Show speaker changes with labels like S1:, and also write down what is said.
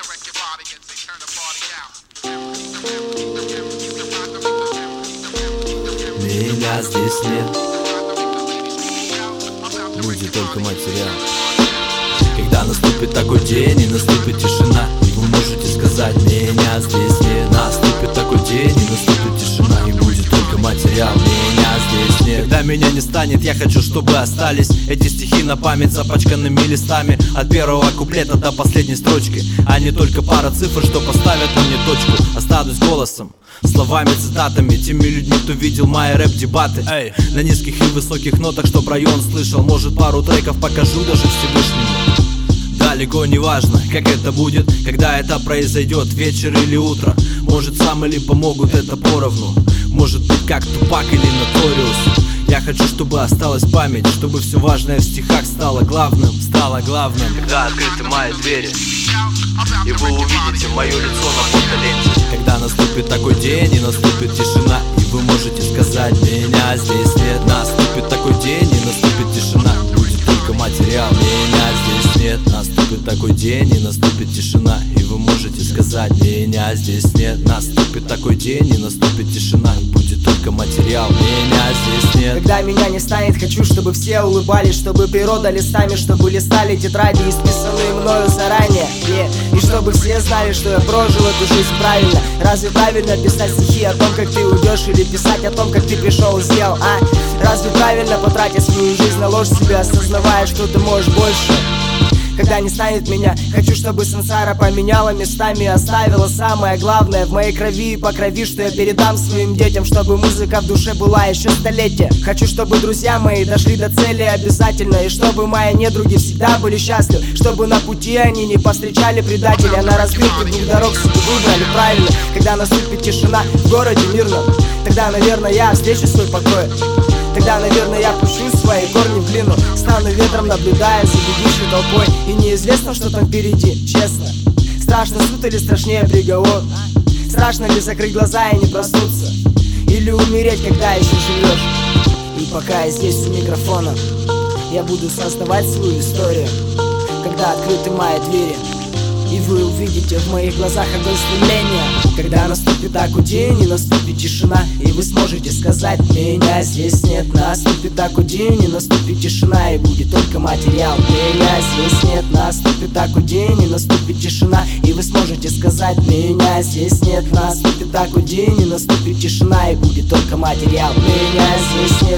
S1: Меня здесь нет, будет только материал. Когда наступит такой день и наступит тишина, и вы можете сказать: меня здесь нет. Наступит такой день и наступит тишина, и будет только материал. Меня здесь нет. Когда меня не станет, я хочу, чтобы остались эти стихи на память запачканными листами, от первого куплета до последней строчки, а не только пара цифр, что поставят на мне точку. Останусь голосом, словами, цитатами, теми людьми, кто видел мои рэп-дебаты. На низких и высоких нотах, чтоб район слышал. Может, пару треков покажу даже Всевышнему. Далеко не важно, как это будет, когда это произойдет, вечер или утро. Может, сам или помогут, это поровну. Может быть, как Тупак или Notorious. Я хочу, чтобы осталась память, чтобы все важное в стихах стало главным. Когда открыты мои двери, и вы увидите мое лицо на фотоленте. Когда наступит такой день и наступит тишина, и вы можете сказать: меня здесь нет. Наступит такой день и наступит тишина, будет только материал. Меня здесь нет. Наступит такой день и наступит тишина, и вы можете сказать: меня здесь нет. Наступит такой день и наступит тишина, будет только материал. Меня здесь нет.
S2: Когда меня не станет, хочу, чтобы все улыбались, чтобы природа листами, чтобы листали тетради, исписанные мною заранее, и чтобы все знали, что я прожил эту жизнь правильно. Разве правильно писать стихи о том, как ты уйдешь, или писать о том, как ты пришел и сделал, а? Разве правильно потратить свою жизнь на ложь себе, осознавая, что ты можешь больше? Когда не станет меня, хочу, чтобы сансара поменяла местами и оставила самое главное в моей крови и по крови, что я передам своим детям, чтобы музыка в душе была еще столетия. Хочу, чтобы друзья мои дошли до цели обязательно, и чтобы мои недруги всегда были счастливы, чтобы на пути они не повстречали предателя, на разбивке двух дорог себе выбрали правильно. Когда наступит тишина в городе мирном, тогда, наверное, я встречу свой покой. Тогда, наверное, я пущу свои корни в глину, стану ветром, наблюдая за бегущей толпой. И неизвестно, что там впереди, честно. Страшно суд или страшнее приговор? Страшно ли закрыть глаза и не проснуться? Или умереть, когда еще живешь? И пока я здесь у микрофона, я буду создавать свою историю. Когда открыты мои двери, и вы увидите в моих глазах огонь стремления. Когда наступит такой день и наступит тишина, и вы сможете сказать: меня здесь нет. Наступит такой день и наступит тишина, и будет только материал. Меня здесь нет. Наступит такой день и наступит тишина, и вы сможете сказать: меня здесь нет. Наступит такой день и наступит тишина, и будет только материал. Меня здесь нет.